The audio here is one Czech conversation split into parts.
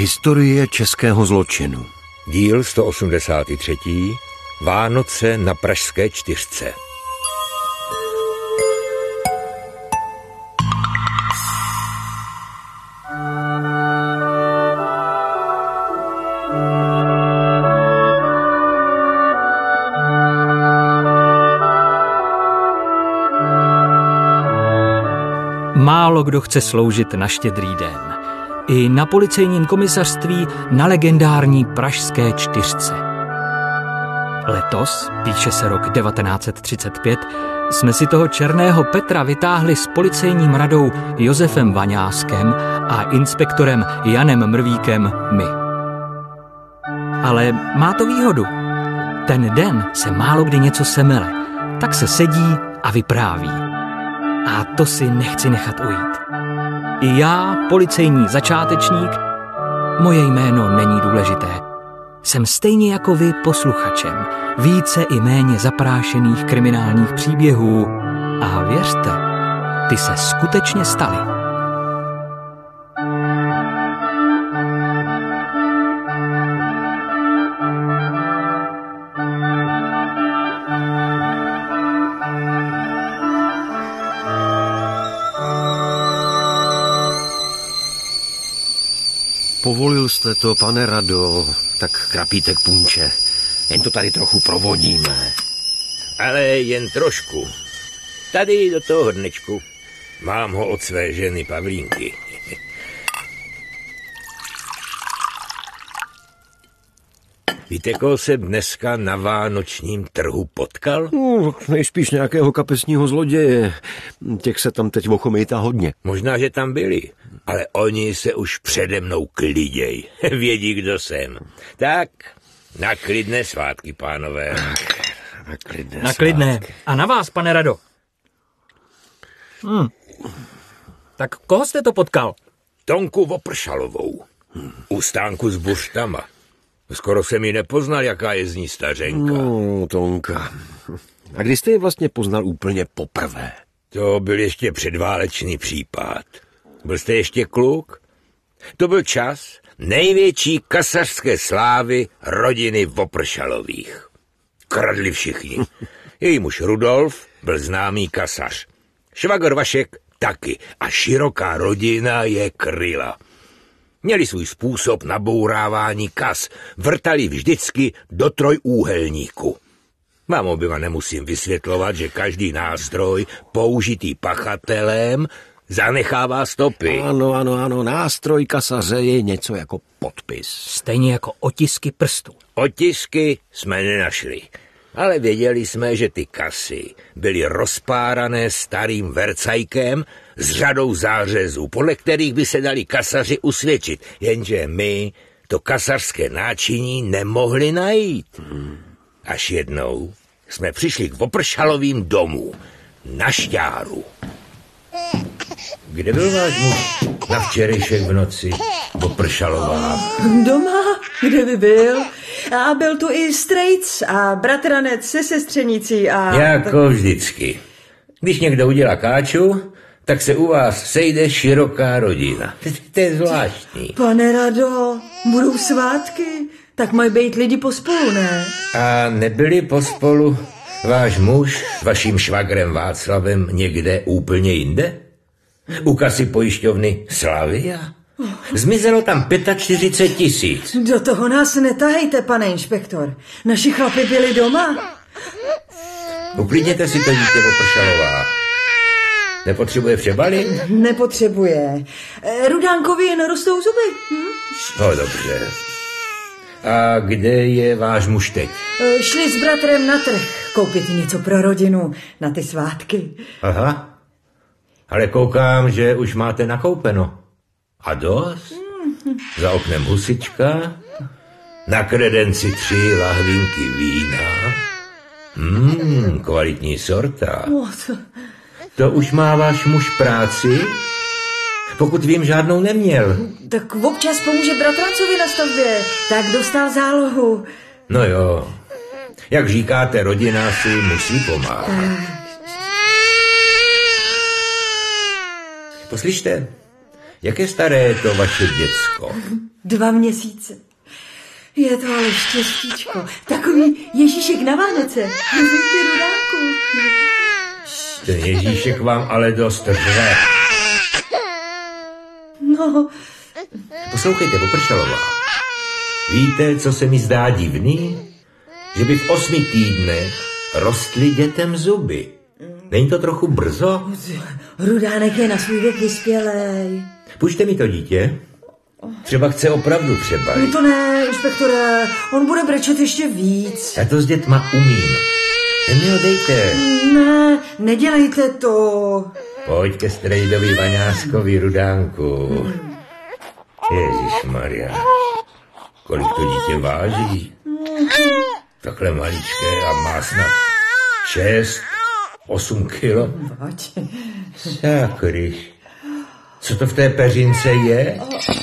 Historie českého zločinu. Díl 183. Vánoce na Pražské 4. Málo kdo chce sloužit na Štědrý den. I na policejním komisařství na legendární Pražské 4. Letos, píše se rok 1935, jsme si toho černého Petra vytáhli s policejním radou Josefem Vaňáskem a inspektorem Janem Mrvíkem my. Ale má to výhodu. Ten den se málo kdy něco semele, tak se sedí a vypráví. A to si nechci nechat ujít. I já, policejní začátečník, moje jméno není důležité. Jsem stejně jako vy posluchačem více i méně zaprášených kriminálních příběhů. A věřte, ty se skutečně staly. Povolil jste to, pane Rado, tak krapítek punče. Jen to tady trochu provodíme. Ale jen trošku. Tady do toho hrnečku. Mám ho od své ženy Pavlínky. Víte, koho jsem dneska na vánočním trhu potkal? Nejspíš nějakého kapesního zloděje. Těch se tam teď ochomejtá hodně. Možná, že tam byli, ale oni se už přede mnou kliděj. Vědí, kdo jsem. Tak, na klidné svátky, pánové. Na klidné. A na vás, pane Rado. Tak koho jste to potkal? Tonku Vopršalovou. U stánku s buřtama. Skoro jsem ji nepoznal, jaká je z ní stařenka. No, Tonka. A kdy jste ji vlastně poznal úplně poprvé? To byl ještě předválečný případ. Byl jste ještě kluk? To byl čas největší kasařské slávy rodiny Vopršalových. Kradli všichni. Její muž Rudolf byl známý kasař. Švagor Vašek taky. A široká rodina je kryla. Měli svůj způsob nabourávání kas. Vrtali vždycky do trojúhelníku. Vám oběma nemusím vysvětlovat, že každý nástroj použitý pachatelem zanechává stopy. Ano, nástroj kasaře je něco jako podpis. Stejně jako otisky prstů. Otisky jsme nenašli, ale věděli jsme, že ty kasy byly rozpárané starým vercajkem s řadou zářezů, podle kterých by se dali kasaři usvědčit, jenže my to kasařské náčiní nemohli najít. Až jednou jsme přišli k Vopršalovým domů na Šťáru. Kde byl váš muž na včerejšek v noci, Vopršalová? Doma, kde by byl? A byl tu i strejc a bratranec se sestřenicí a... Jako vždycky. Když někdo udělá káču, tak se u vás sejde široká rodina. To je zvláštní. Pane Rado, budou svátky, tak mají být lidi pospolu, ne? A nebyli pospolu váš muž s vaším švagrem Václavem někde úplně jinde? U kasy pojišťovny Slavia? Zmizelo tam 45 000. Do toho nás netahejte, pane inspektor. Naši chlapi byli doma. Uklidněte si to dítě, Vopršalová. Nepotřebuje přebalit? Nepotřebuje. Rudánkovi jen rostou zuby. No dobře. A kde je váš muž teď? Šli s bratrem na trh koupit něco pro rodinu na ty svátky. Aha. Ale koukám, že už máte nakoupeno. A dost? Za oknem husička, na kredenci 3 lahvinky vína. Kvalitní sorta. To už má váš muž práci? Pokud vím, žádnou neměl. Tak občas pomůže bratrancovi na stavbě, tak dostal zálohu. No jo, jak říkáte, rodina si musí pomáhat. Poslyšte, Jak je staré je to vaše děcko? 2 měsíce. Je to ale štěstíčko. Takový Ježíšek na Vánoce. Mrvinky Rudáku. Ten Ježíšek vám ale dost řve. No. Poslouchejte, Vopršalová. Víte, co se mi zdá divný? Že by v 8 týdnech rostly dětem zuby. Není to trochu brzo? Rudánek je na svůj věk vyspělej. Pušte mi to dítě. Třeba chce opravdu třeba. No to ne, inspektore, on bude brečet ještě víc. Já to s dětma umím. Jen mi ho dejte. Ne, nedělejte to. Pojď ke strejdovi Vaňáskovi, Rudánku. Ježišmarja. Kolik to dítě váží? Takhle maličké a má snad 6-8 kilo. Sakryš. Co to v té peřince je?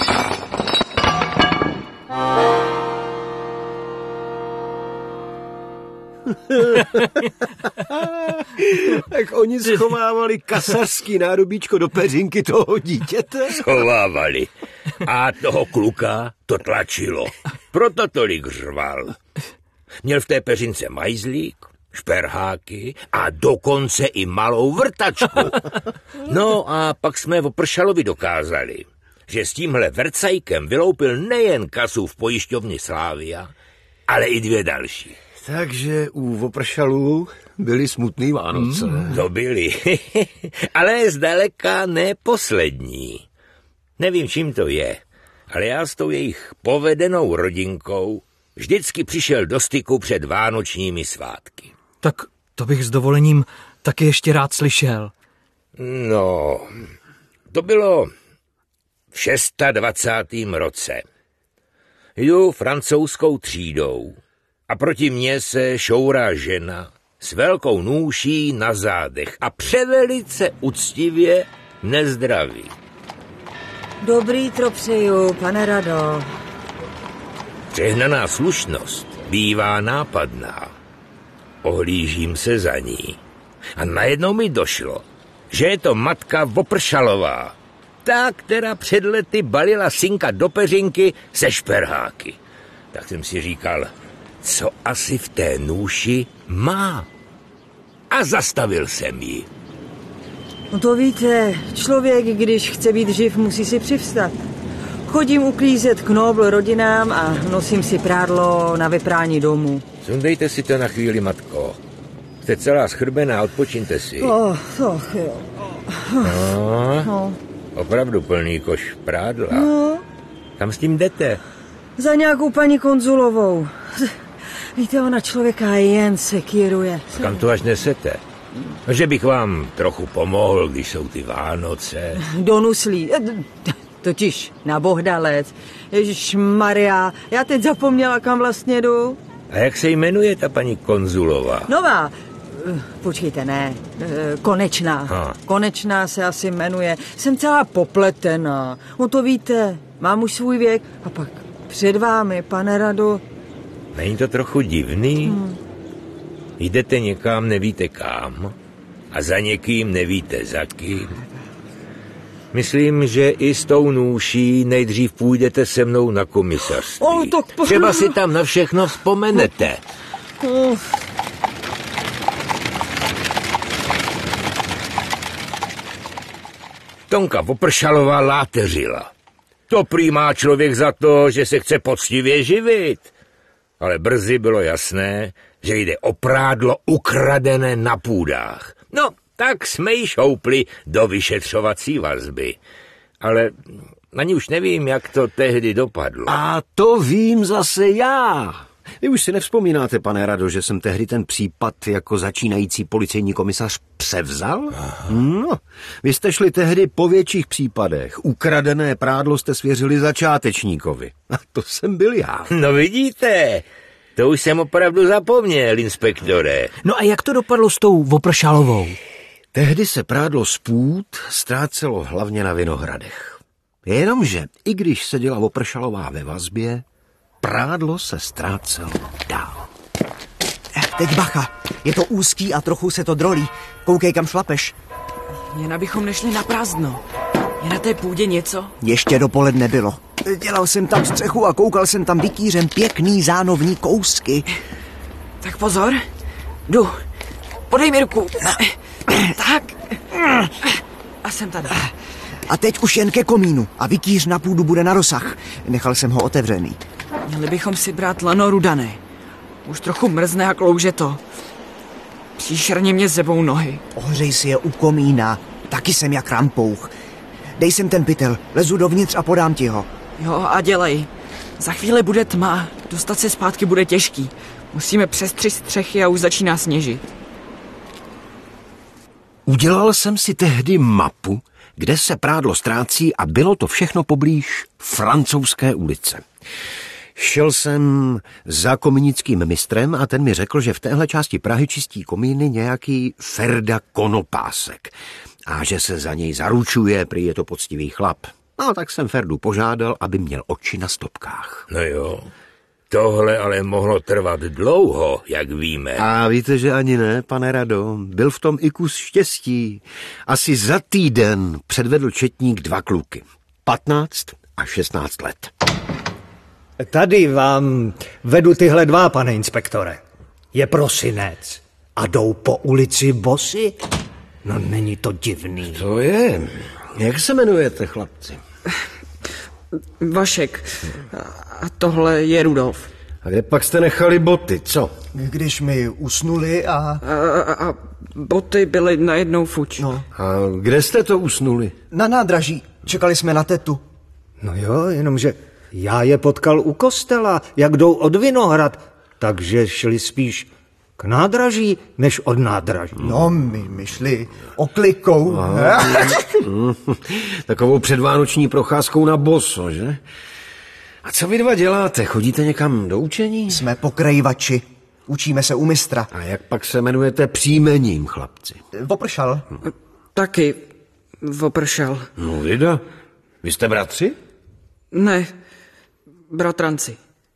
Tak oni schovávali kasařský nádobíčko do peřinky toho dítěte? Schovávali. A toho kluka to tlačilo. Proto tolik řval. Měl v té peřince majzlík, šperháky a dokonce i malou vrtačku. No a pak jsme Vopršalovi dokázali, že s tímhle vrcajkem vyloupil nejen kasu v pojišťovně Slávia, ale i 2 další. Takže u Vopršalů byly smutný Vánoce. To byly, ale zdaleka ne poslední. Nevím, čím to je, ale já s tou jejich povedenou rodinkou vždycky přišel do styku před vánočními svátky. Tak to bych s dovolením taky ještě rád slyšel. No, to bylo v 26. roce. Jdu francouzskou třídou a proti mně se šourá žena s velkou nůší na zádech a převelice uctivě nezdraví. Dobrý tropřeju, pane Rado. Přehnaná slušnost bývá nápadná. Ohlížím se za ní a najednou mi došlo, že je to matka Vopršalová, ta, která před lety balila synka do peřinky se šperháky. Tak jsem si říkal, co asi v té nůši má. A zastavil jsem ji. No to víte, člověk, když chce být živ, musí si přivstat. Chodím uklízet knobl rodinám a nosím si prádlo na vyprání domů. Sundejte si to na chvíli, matko. Jste celá schrbená, odpočiňte si. Jo. No, opravdu plný koš prádla. No. Kam s tím jdete? Za nějakou paní Konzulovou. Víte, ona člověka jen sekíruje. Kam to až nesete? Že bych vám trochu pomohl, když jsou ty Vánoce. Do Nuslí. Totiž na Bohdalec. Ježišmarja, já teď zapomněla, kam vlastně jdu. A jak se jmenuje ta paní Konzulová? Nová. Počkejte, ne. Konečná. Konečná se asi jmenuje. Jsem celá popletená. No to víte, mám už svůj věk. A pak před vámi, pane Rado. Není to trochu divný? Jdete někam, nevíte kam. A za někým nevíte za kým. Myslím, že i s tou nůší nejdřív půjdete se mnou na komisařství. Třeba si tam na všechno vzpomenete. Tonka Vopršalová láteřila. To prý má člověk za to, že se chce poctivě živit. Ale brzy bylo jasné, že jde o prádlo ukradené na půdách. No, tak jsme ji šoupli do vyšetřovací vazby. Ale ani už nevím, jak to tehdy dopadlo. A to vím zase já. Vy už si nevzpomínáte, pane Rado, že jsem tehdy ten případ jako začínající policejní komisař převzal? Aha. No, vy jste šli tehdy po větších případech. Ukradené prádlo jste svěřili začátečníkovi. A to jsem byl já. No vidíte, to už jsem opravdu zapomněl, inspektore. No a jak to dopadlo s tou Vopršalovou? Tehdy se prádlo z půd ztrácelo hlavně na Vinohradech. Jenomže, i když seděla Vopršalová ve vazbě, prádlo se ztrácelo dál. Teď bacha, je to úzký a trochu se to drolí. Koukej, kam šlapeš. Jen abychom nešli na prázdno. Je na té půdě něco? Ještě dopoledne bylo. Dělal jsem tam střechu a koukal jsem tam vikýřem pěkný zánovní kousky. Tak pozor. Jdu. Podej mi ruku. Tak. A jsem tady. A teď už jen ke komínu a vikýř na půdu bude na rozsah. Nechal jsem ho otevřený. Měli bychom si brát lano rudané. Už trochu mrzne a klouže to. Příšerně mě zebou nohy. Ohřej si je u komína. Taky jsem jak rampouch. Dej sem ten pytel, lezu dovnitř a podám ti ho. Jo, a dělej. Za chvíli bude tma. Dostat se zpátky bude těžký. Musíme přestřít střechy a už začíná sněžit. Udělal jsem si tehdy mapu, kde se prádlo ztrácí a bylo to všechno poblíž Francouzské ulice. Šel jsem za kominickým mistrem a ten mi řekl, že v téhle části Prahy čistí komíny nějaký Ferda Konopásek a že se za něj zaručuje, prý je to poctivý chlap. No tak jsem Ferdu požádal, aby měl oči na stopkách. No jo, tohle ale mohlo trvat dlouho, jak víme. A víte, že ani ne, pane Rado, byl v tom i kus štěstí. Asi za týden předvedl četník 2 kluky. 15 a 16 let. Tady vám vedu tyhle 2, pane inspektore. Je prosinec a jdou po ulici bosy? No není to divný. To je. Jak se jmenujete, chlapci? Vašek. A tohle je Rudolf. A kde pak jste nechali boty, co? Když mi usnuli a... A boty byly najednou fuč. No. A kde jste to usnuli? Na nádraží. Čekali jsme na tetu. No jo, jenomže já je potkal u kostela, jak jdou od Vinohrad, takže šli spíš k nádraží, než od nádraží. No, my šli oklikou. Takovou předvánoční procházkou na boso, že? A co vy 2 děláte? Chodíte někam do učení? Jsme pokrajvači. Učíme se u mistra. A jak pak se jmenujete příjmením, chlapci? Opršal. Taky opršel. No, vida. Vy jste bratři? Ne, bratranci.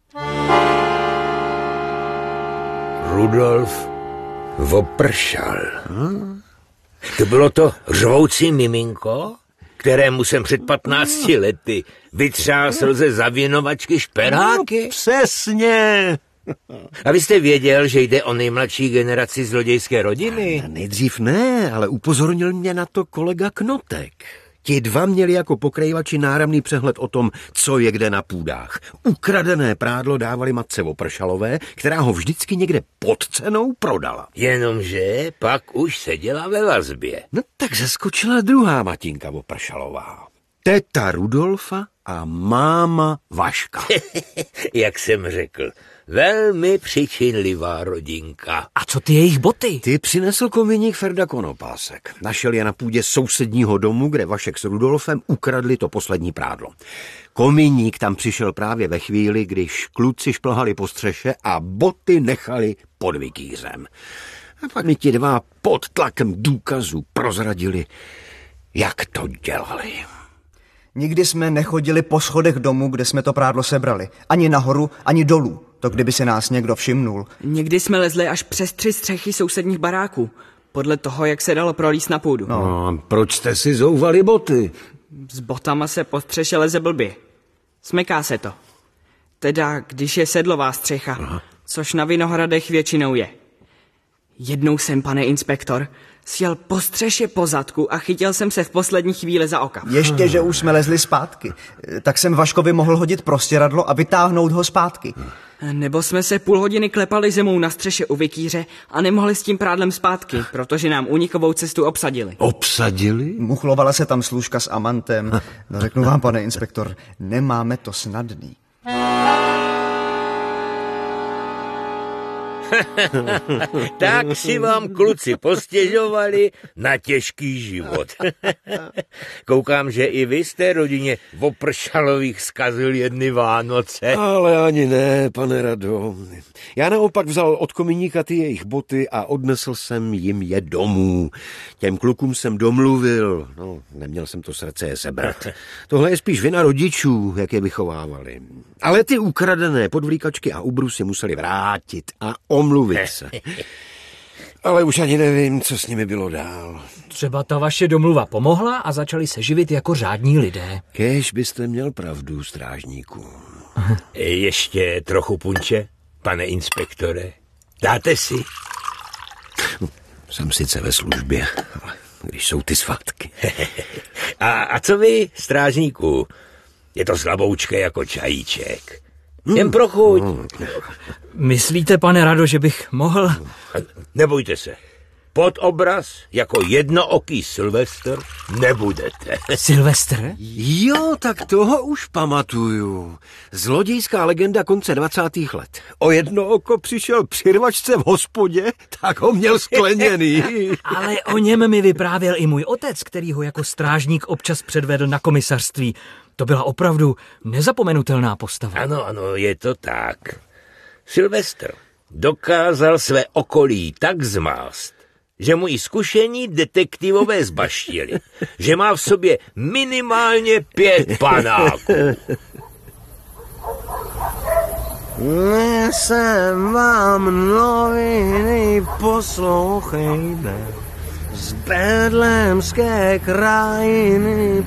Rudolf opršal. To bylo to řvoucí miminko, kterému jsem před 15 lety vytřásl ze zavěnovačky šperáky? No, přesně. A vy jste věděl, že jde o nejmladší generaci zlodějské rodiny? Nejdřív ne, ale upozornil mě na to kolega Knotek. Ti 2 měli jako pokrajvači náramný přehled o tom, co je kde na půdách. Ukradené prádlo dávali matce Opršalové, která ho vždycky někde pod cenou prodala. Jenomže pak už seděla ve vazbě. No tak zeskočila druhá matinka Opršalová. Teta Rudolfa a máma Vaška. Jak jsem řekl, velmi přičinlivá rodinka. A co ty jejich boty? Ty přinesl kominík Ferda Konopásek. Našel je na půdě sousedního domu, kde Vašek s Rudolfem ukradli to poslední prádlo. Kominík tam přišel právě ve chvíli, když kluci šplhali po střeše a boty nechali pod vikýřem. A pak mi ti 2 pod tlakem důkazů prozradili, jak to dělali. Nikdy jsme nechodili po schodech domu, kde jsme to prádlo sebrali. Ani nahoru, ani dolů. To kdyby se nás někdo všimnul. Někdy jsme lezli až přes 3 střechy sousedních baráků. Podle toho, jak se dalo prolíst na půdu. No a proč jste si zouvali boty? S botama se po střeše leze blbě. Smeká se to. Teda, když je sedlová střecha, což na Vinohradech většinou je. Jednou jsem, pane inspektor, sjel po střeše po zadku a chytil jsem se v poslední chvíli za oka. Ještě, že už jsme lezli zpátky. Tak jsem Vaškovi mohl hodit prostěradlo a vytáhnout ho zpátky. Nebo jsme se půl hodiny klepali zemou na střeše u vikýře a nemohli s tím prádlem zpátky, protože nám únikovou cestu obsadili. Obsadili? Muchlovala se tam služka s amantem. No řeknu vám, pane inspektor, nemáme to snadný. Tak si vám kluci postěžovali na těžký život. Koukám, že i vy jste rodině Opršalových zkazil jedny Vánoce. Ale ani ne, pane Rado. Já naopak vzal od kominíka ty jejich boty a odnesl jsem jim je domů. Těm klukům jsem domluvil. No, neměl jsem to srdce je sebrat. Tohle je spíš vina rodičů, jak je vychovávali. Ale ty ukradené podvlíkačky a ubrusy museli vrátit a omluvit se. Ale už ani nevím, co s nimi bylo dál. Třeba ta vaše domluva pomohla a začali se živit jako řádní lidé. Kéž byste měl pravdu, strážníku. Ještě trochu punče, pane inspektore? Dáte si? Jsem sice ve službě, ale když jsou ty svátky. A co vy, strážníku? Je to slaboučké jako čajíček. Jen pro chuť. Myslíte, pane Rado, že bych mohl? Nebojte se. Pod obraz jako jednooký Silvestr nebudete. Silvestr? Jo, tak toho už pamatuju. Zlodějská legenda konce 20. let. O jedno oko přišel při rvačce v hospodě, tak ho měl skleněný. Ale o něm mi vyprávěl i můj otec, který ho jako strážník občas předvedl na komisařství. To byla opravdu nezapomenutelná postava. Ano, je to tak. Silvestr dokázal své okolí tak zmást, že mu i zkušení detektivové zbaštili, že má v sobě minimálně 5 panáků. Nesem vám noviny, poslouchejte, z bedlémské krajiny,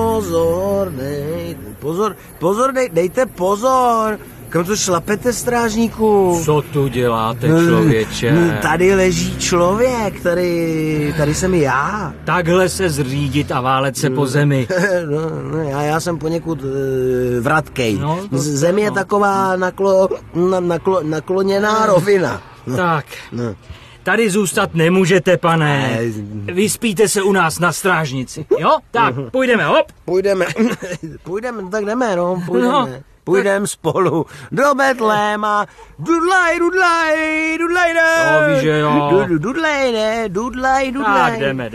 dejte pozor, kam to šlapete, strážníku? Co tu děláte, člověče? Tady leží člověk, tady jsem já. Takhle se zřídit a válet se po zemi. Já jsem poněkud vratkej. Zem je taková nakloněná rovina. Tak, tady zůstat nemůžete, pane. Vyspíte se u nás na strážnici. Jo? Tak, půjdeme, hop. Půjdeme, tak jdeme, Půjdeme spolu do Betléma. Dudlaj, To víš, že jo. Dudlaj. Tak, jdeme.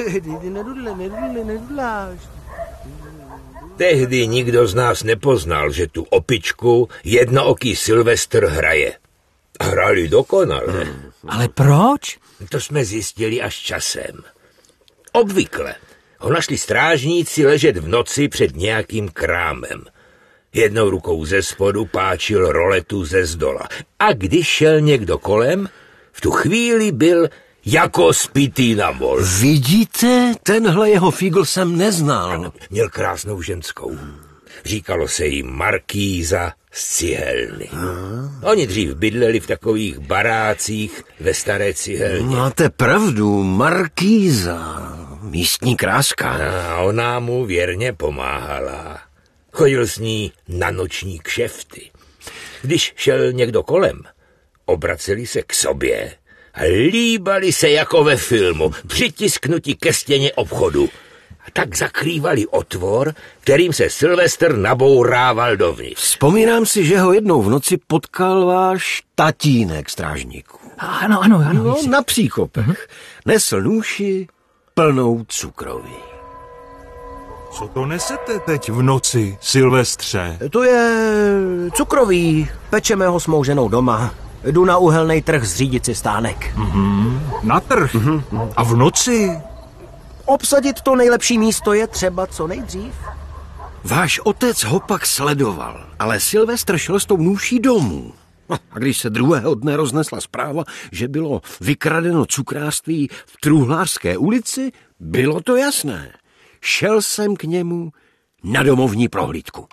Tehdy nikdo z nás nepoznal, že tu opičku jednooký Silvestr hraje. A hráli dokonale. Ale proč? To jsme zjistili až časem. Obvykle ho našli strážníci ležet v noci před nějakým krámem. Jednou rukou ze spodu páčil roletu ze zdola. A když šel někdo kolem, v tu chvíli byl jako spitý na mol. Vidíte, tenhle jeho fígl jsem neznal. Měl krásnou ženskou. Říkalo se jí Markýza z Cihelny. Oni dřív bydleli v takových barácích ve staré cihelně. Máte pravdu, Markýza, místní kráska. A ona mu věrně pomáhala. Chodil s ní na noční kšefty. Když šel někdo kolem, obraceli se k sobě a líbali se jako ve filmu, přitisknuti ke stěně obchodu. A tak zakrývali otvor, kterým se Silvestr nabourával dovnitř. Vzpomínám si, že ho jednou v noci potkal váš tatínek, strážníku. Ano. No, na příkopech. Nesl nůši plnou cukroví. Co to nesete teď v noci, Silvestře? To je cukroví. Pečeme ho smouženou doma. Jdu na uhelný trh zřídit si stánek. Na trh? A v noci? Obsadit to nejlepší místo je třeba co nejdřív. Váš otec ho pak sledoval, ale Silvestr šel s tou nůší domů. A když se druhého dne roznesla zpráva, že bylo vykradeno cukrářství v Truhlářské ulici, bylo to jasné. Šel jsem k němu na domovní prohlídku.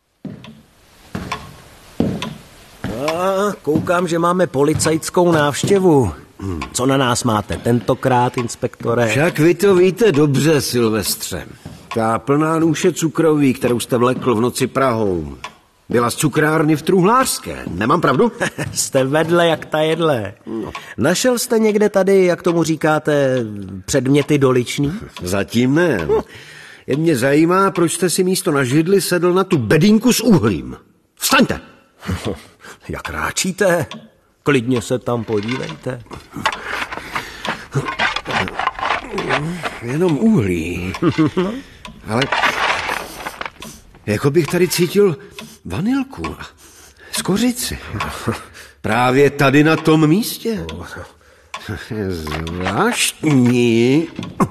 Koukám, že máme policajtskou návštěvu. Co na nás máte tentokrát, inspektore? Však vy to víte dobře, Silvestře. Ta plná nůše cukroví, kterou jste vlekl v noci Prahou, byla z cukrárny v Truhlářské. Nemám pravdu? Jste vedle jak ta jedle. Našel jste někde tady, jak tomu říkáte, předměty doliční? Zatím ne. Jen mě zajímá, proč jste si místo na židli sedl na tu bedínku s uhlím. Vstaňte! Jak ráčíte? Klidně se tam podívejte. Jenom uhlí. Ale jako bych tady cítil vanilku a skořici. Právě tady na tom místě. Je zvláštní.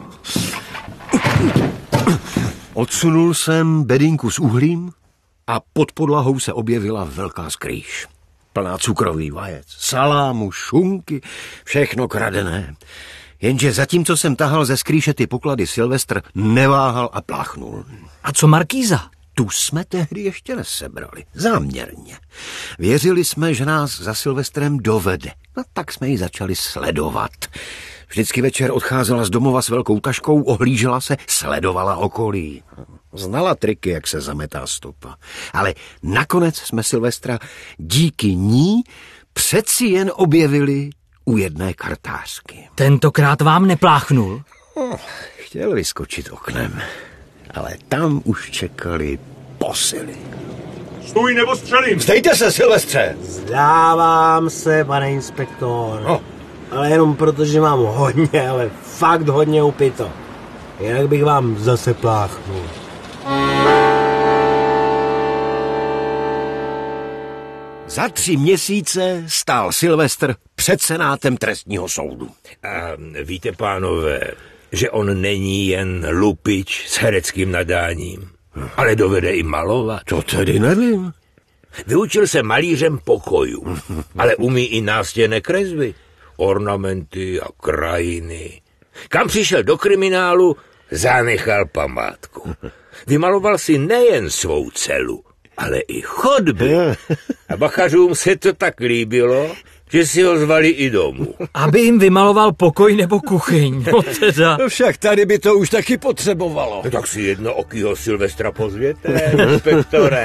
Odsunul jsem bedínku s uhlím a pod podlahou se objevila velká skrýš. plná cukrový vajec, salámu, šunky, všechno kradené. Jenže zatímco jsem tahal ze skrýše ty poklady, Silvestr neváhal a pláchnul. A co markýza? Tu jsme tehdy ještě nesebrali. Záměrně. Věřili jsme, že nás za Silvestrem dovede. No tak jsme ji začali sledovat. Vždycky večer odcházela z domova s velkou taškou, ohlížela se, sledovala okolí. Znala triky, jak se zametá stopa. Ale nakonec jsme Silvestra díky ní přeci jen objevili u jedné kartářky. Tentokrát vám nepláchnul? Chtěl vyskočit oknem, ale tam už čekali posily. Stůj nebo střelím! Vzdejte se, Silvestře! Vzdávám se, pane inspektor. No. Ale jenom proto, že mám hodně, ale fakt hodně upito. Jinak bych vám zase pláchnul. Za 3 měsíce stál Silvestr před senátem trestního soudu. A víte, pánové, že on není jen lupič s hereckým nadáním, ale dovede i malovat. To tedy nevím. Vyučil se malířem pokojů, ale umí i nástěnné kresby, ornamenty a krajiny. Kam přišel do kriminálu, zanechal památku. Vymaloval si nejen svou celu, ale i chodby. A bachařům se to tak líbilo, že si ho zvali i domů. Aby jim vymaloval pokoj nebo kuchyň. No teda. Však tady by to už taky potřebovalo. Tak si jednookýho Silvestra pozvěte, inspektore.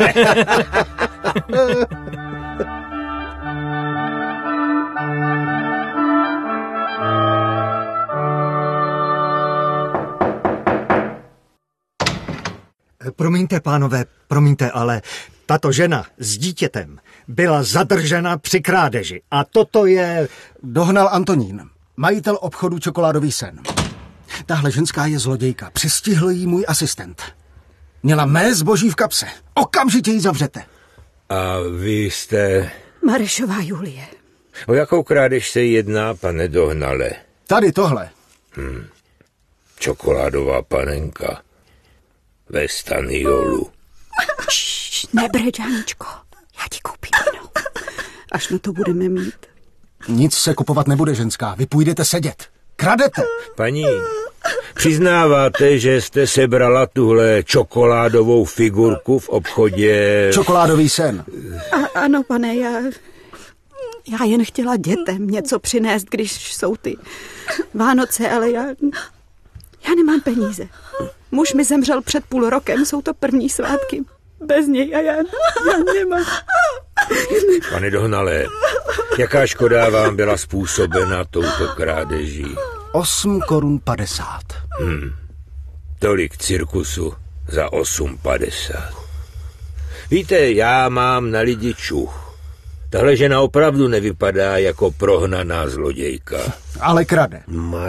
Promiňte, pánové, promiňte, ale tato žena s dítětem byla zadržena při krádeži. A toto je... Dohnal Antonín, majitel obchodu Čokoládový sen. Tahle ženská je zlodějka. Přistihl jí můj asistent. Měla mé zboží v kapse. Okamžitě ji zavřete. A vy jste... Marešová Julie. O jakou krádež se jedná, pane Dohnale? Tady tohle. Čokoládová panenka. Ve Staniolu. Nebreč, Aničko. Já ti koupím víno. Až na to budeme mít. Nic se kupovat nebude, ženská. Vy půjdete sedět. Kradete. Paní, přiznáváte, že jste sebrala tuhle čokoládovou figurku v obchodě... Čokoládový sen. Ano, pane, já jen chtěla dětem něco přinést, když jsou ty Vánoce, ale já nemám peníze. Muž mi zemřel před 0,5 rokem, jsou to první svátky. Bez něj a já nemám. Pane Dohnale, jaká škoda vám byla způsobena touto krádeží? 8,50 Kč. Tolik cirkusu za 8,50. Víte, já mám na lidi čuch. Tahle žena opravdu nevypadá jako prohnaná zlodějka. Ale krade.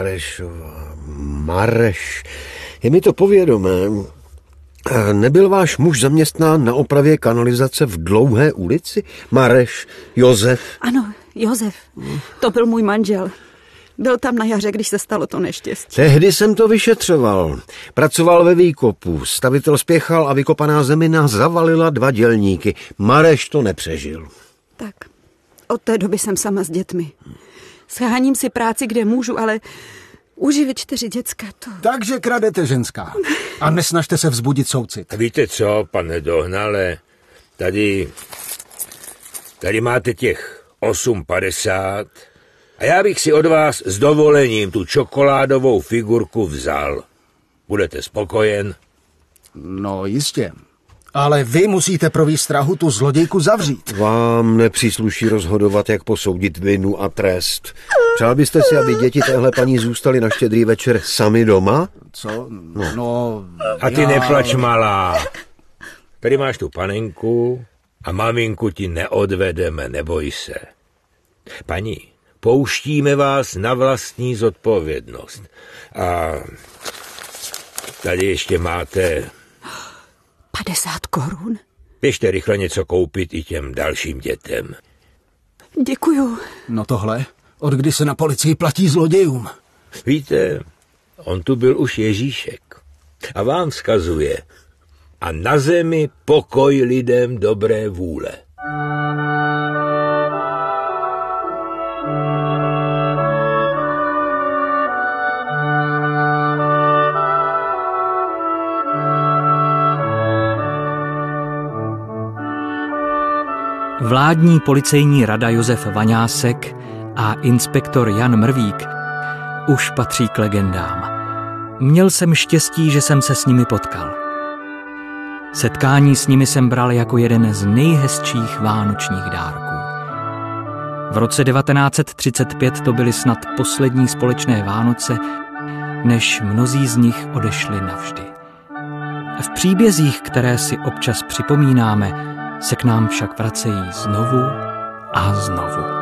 Mareš, je mi to povědomé. Nebyl váš muž zaměstnán na opravě kanalizace v Dlouhé ulici? Mareš, Josef? Ano, Josef. To byl můj manžel. Byl tam na jaře, když se stalo to neštěstí. Tehdy jsem to vyšetřoval. Pracoval ve výkopu. Stavitel spěchal a vykopaná zemina zavalila 2 dělníky. Mareš to nepřežil. Tak, od té doby jsem sama s dětmi. Sháním si práci, kde můžu, ale uživit 4 děcka, to... Takže kradete, ženská. A nesnažte se vzbudit soucit. Víte co, pane Dohnale, tady máte těch 8,50 a já bych si od vás s dovolením tu čokoládovou figurku vzal. Budete spokojen? No jistě. Ale vy musíte pro výstrahu tu zlodějku zavřít. Vám nepřísluší rozhodovat, jak posoudit vinu a trest. Přál byste si, aby děti téhle paní zůstaly na Štědrý večer sami doma? Co? No a ty neplač, malá. Tady máš tu panenku a maminku ti neodvedeme, neboj se. Paní, pouštíme vás na vlastní zodpovědnost. A tady ještě máte... 50 korun. Běžte rychle něco koupit i těm dalším dětem. Děkuju. No tohle, od kdy se na policii platí zlodějům? Víte, on tu byl už Ježíšek. A vám vzkazuje, a na zemi pokoj lidem dobré vůle. Vládní policejní rada Josef Vaňásek a inspektor Jan Mrvík už patří k legendám. Měl jsem štěstí, že jsem se s nimi potkal. Setkání s nimi jsem bral jako jeden z nejhezčích vánočních dárků. V roce 1935 to byly snad poslední společné Vánoce, než mnozí z nich odešli navždy. V příbězích, které si občas připomínáme, se k nám však vracejí znovu a znovu.